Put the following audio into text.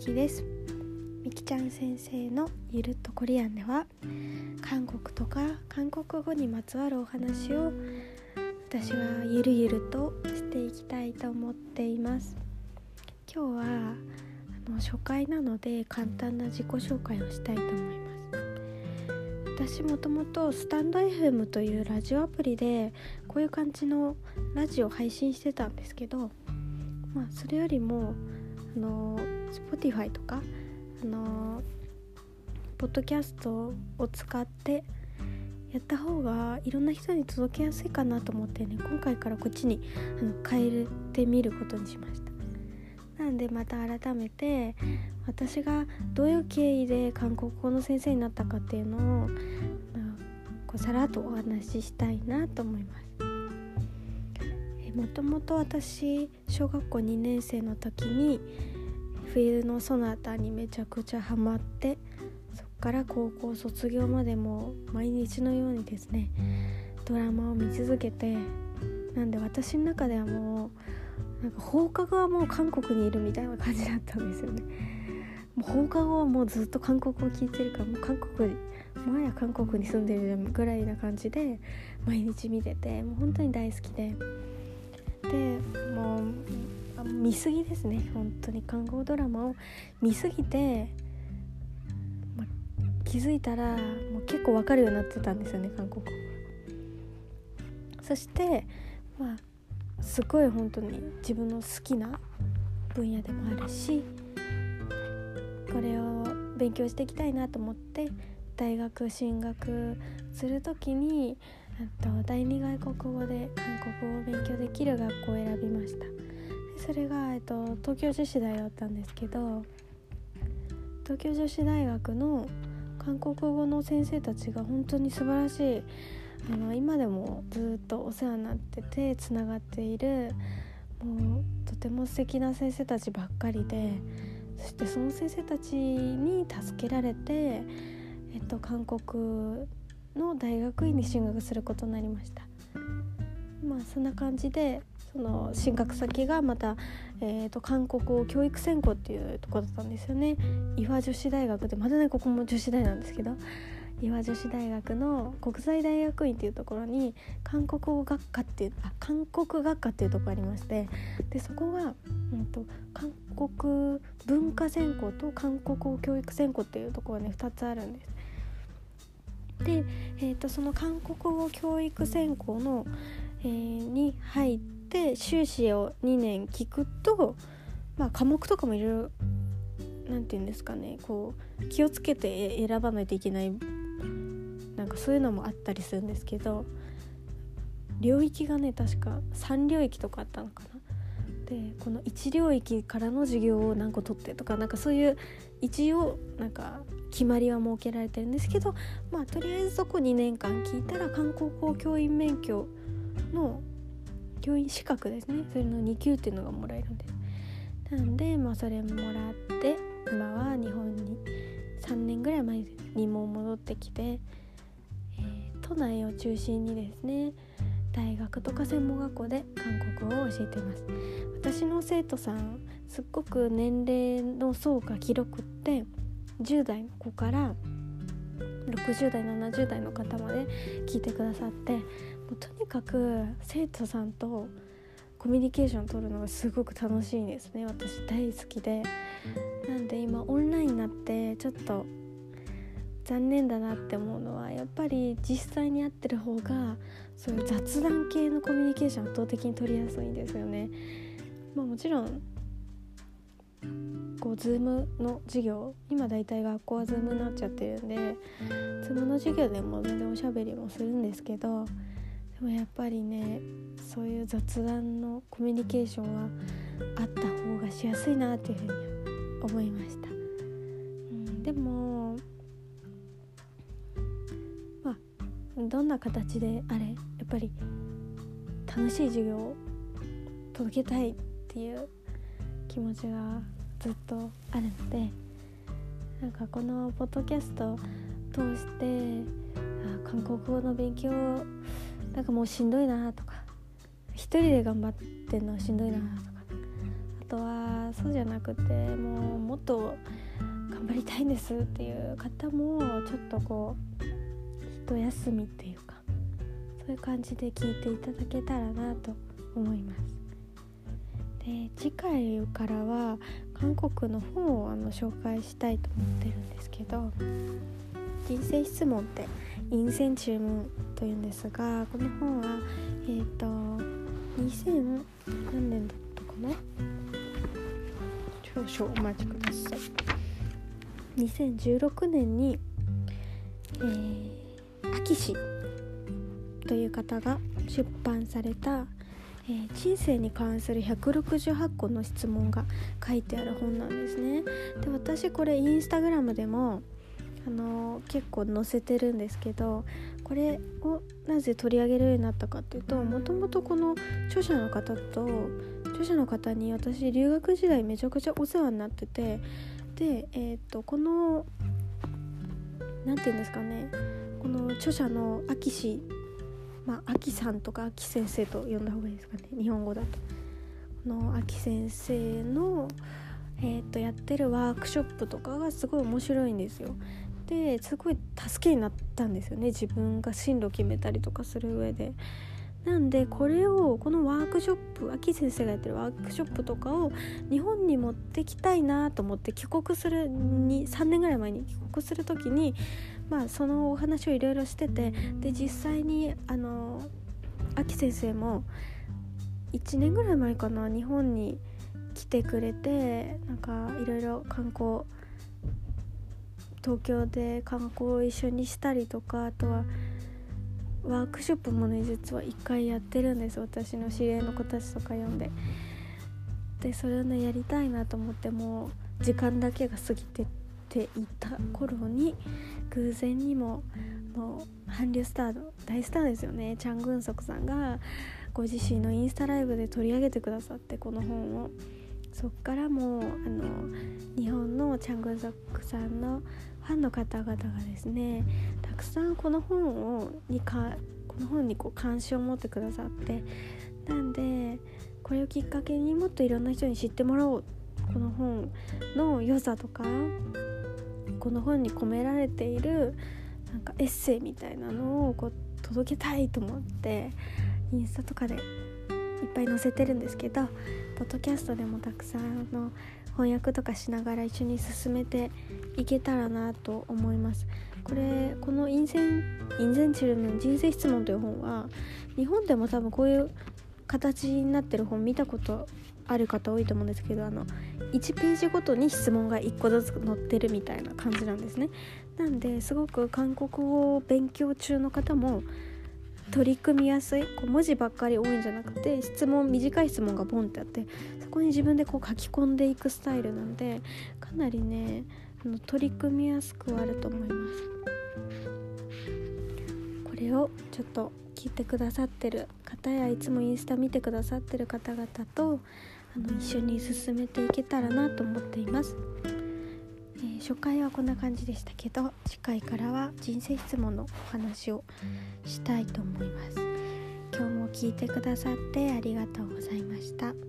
きです。みきちゃん先生のゆるっとコリアンでは、韓国とか韓国語にまつわるお話を私はゆるゆるとしていきたいと思っています。今日は初回なので簡単な自己紹介をしたいと思います。私もともとスタンド FM というラジオアプリでこういう感じのラジオを配信してたんですけど、それよりもSpotify とかポッドキャストを使ってやった方がいろんな人に届けやすいかなと思ってね、今回からこっちに変えてみることにしました。なのでまた改めて私がどういう経緯で韓国語の先生になったかっていうのをさらっとお話ししたいなと思います。もともと私小学校2年生の時に冬のソナタにめちゃくちゃハマって、そこから高校卒業までも毎日のようにですねドラマを見続けて、なんで私の中ではもう放課後はもう韓国にいるみたいな感じだったんですよね。もう放課後はもうずっと韓国語を聞いてるから、もはや韓国に住んでるぐらいな感じで毎日見てて、もう本当に大好きでもう見すぎですね。本当に韓国ドラマを見すぎて、気づいたらもう結構わかるようになってたんですよね、韓国語。そしてすごい本当に自分の好きな分野でもあるし、これを勉強していきたいなと思って大学進学するときに第二外国語で韓国語を勉強できる学校を選びました。それが、東京女子大だったんですけど、東京女子大学の韓国語の先生たちが本当に素晴らしい、今でもずっとお世話になっててつながっている、もうとても素敵な先生たちばっかりで、そしてその先生たちに助けられて、韓国の大学院に進学することになりました。そんな感じでその進学先がまた、韓国語教育専攻っていうところだったんですよね。岩女子大学で、まだねここも女子大なんですけど、岩女子大学の国際大学院っていうところに韓国語学科っていう韓国学科っていうところありまして、でそこが、韓国文化専攻と韓国語教育専攻っていうところがね2つあるんです。で、その韓国語教育専攻の、に入って修士を2年聞くと、科目とかもいろいろなんていうんですかね、こう気をつけて選ばないといけない、そういうのもあったりするんですけど、領域がね確か3領域とかあったのかな。でこの1領域からの授業を何個取ってとか、そういう一応決まりは設けられてるんですけど、とりあえずそこ2年間聞いたら韓国語教員免許の教員資格ですね、それの2級っていうのがもらえるんです。なんでそれもらって、今は日本に3年ぐらい前にも戻ってきて、都内を中心にですね大学とか専門学校で韓国語を教えています。私の生徒さんすっごく年齢の層が広くって、10代の子から60代70代の方まで聞いてくださって、もうとにかく生徒さんとコミュニケーションを取るのがすごく楽しいんですね。私大好きで、なんで今オンラインになってちょっと残念だなって思うのは、やっぱり実際に会ってる方がそういう雑談系のコミュニケーション圧倒的に取りやすいんですよね。もちろんズームの授業、今だいたい学校はズームになっちゃってるんで、ズームの授業でも全然おしゃべりもするんですけど、でもやっぱりねそういう雑談のコミュニケーションはあった方がしやすいなっていうふうに思いました。でもどんな形であれやっぱり楽しい授業を届けたいっていう気持ちがずっとあるので、このポッドキャストを通して韓国語の勉強もうしんどいなとか、一人で頑張ってるのはしんどいなとか、あとはそうじゃなくてもっと頑張りたいんですっていう方もちょっとこう一休みっていうかそういう感じで聞いていただけたらなと思います。で次回からは韓国の本を紹介したいと思ってるんですけど、人生質問ってインセンチルムというんですが、この本は2000何年だったかな、少々お待ちください。2016年に、秋氏という方が出版された、人生に関する168個の質問が書いてある本なんですね。で、私これインスタグラムでも結構載せてるんですけど、これをなぜ取り上げるようになったかっていうと、もともとこの著者の方に私留学時代めちゃくちゃお世話になってて、で、このなんていうんですかね、この著者の秋氏、秋さんとか秋先生と呼んだ方がいいですかね、日本語だと。この秋先生の、やってるワークショップとかがすごい面白いんですよ。ですごい助けになったんですよね、自分が進路決めたりとかする上で。なんでこのワークショップ、秋先生がやってるワークショップとかを日本に持ってきたいなと思って3年ぐらい前に帰国する時に、そのお話をいろいろしてて、で実際に秋先生も1年ぐらい前かな、日本に来てくれて、なんかいろいろ東京で観光を一緒にしたりとか、あとはワークショップもね実は1回やってるんです、私の知り合いの子たちとか呼んで。でそれをねやりたいなと思って、もう時間だけが過ぎてっていた頃に偶然にも韓流スターの大スターですよね、チャン・グンソクさんがご自身のインスタライブで取り上げてくださって、この本を。そっからもう日本のチャン・グンソクさんのファンの方々がですね、たくさんこの本にこう関心を持ってくださって、なんでこれをきっかけにもっといろんな人に知ってもらおう、この本の良さとかこの本に込められているなんかエッセイみたいなのをこう届けたいと思ってインスタとかでいっぱい載せてるんですけど、ポッドキャストでもたくさん翻訳とかしながら一緒に進めていけたらなと思います。このインゼンチルの人生質問という本は日本でも多分こういう形になってる本見たことある方多いと思うんですけど、1ページごとに質問が1個ずつ載ってるみたいな感じなんですね。なんですごく韓国語を勉強中の方も取り組みやすい、文字ばっかり多いんじゃなくて短い質問がボンってあって、そこに自分で書き込んでいくスタイルなんで、かなりね取り組みやすくはあると思います。これをちょっと聞いてくださってる方やいつもインスタ見てくださってる方々と一緒に進めていけたらなと思っています。初回はこんな感じでしたけど、次回からは人生質問のお話をしたいと思います。今日も聞いてくださってありがとうございました。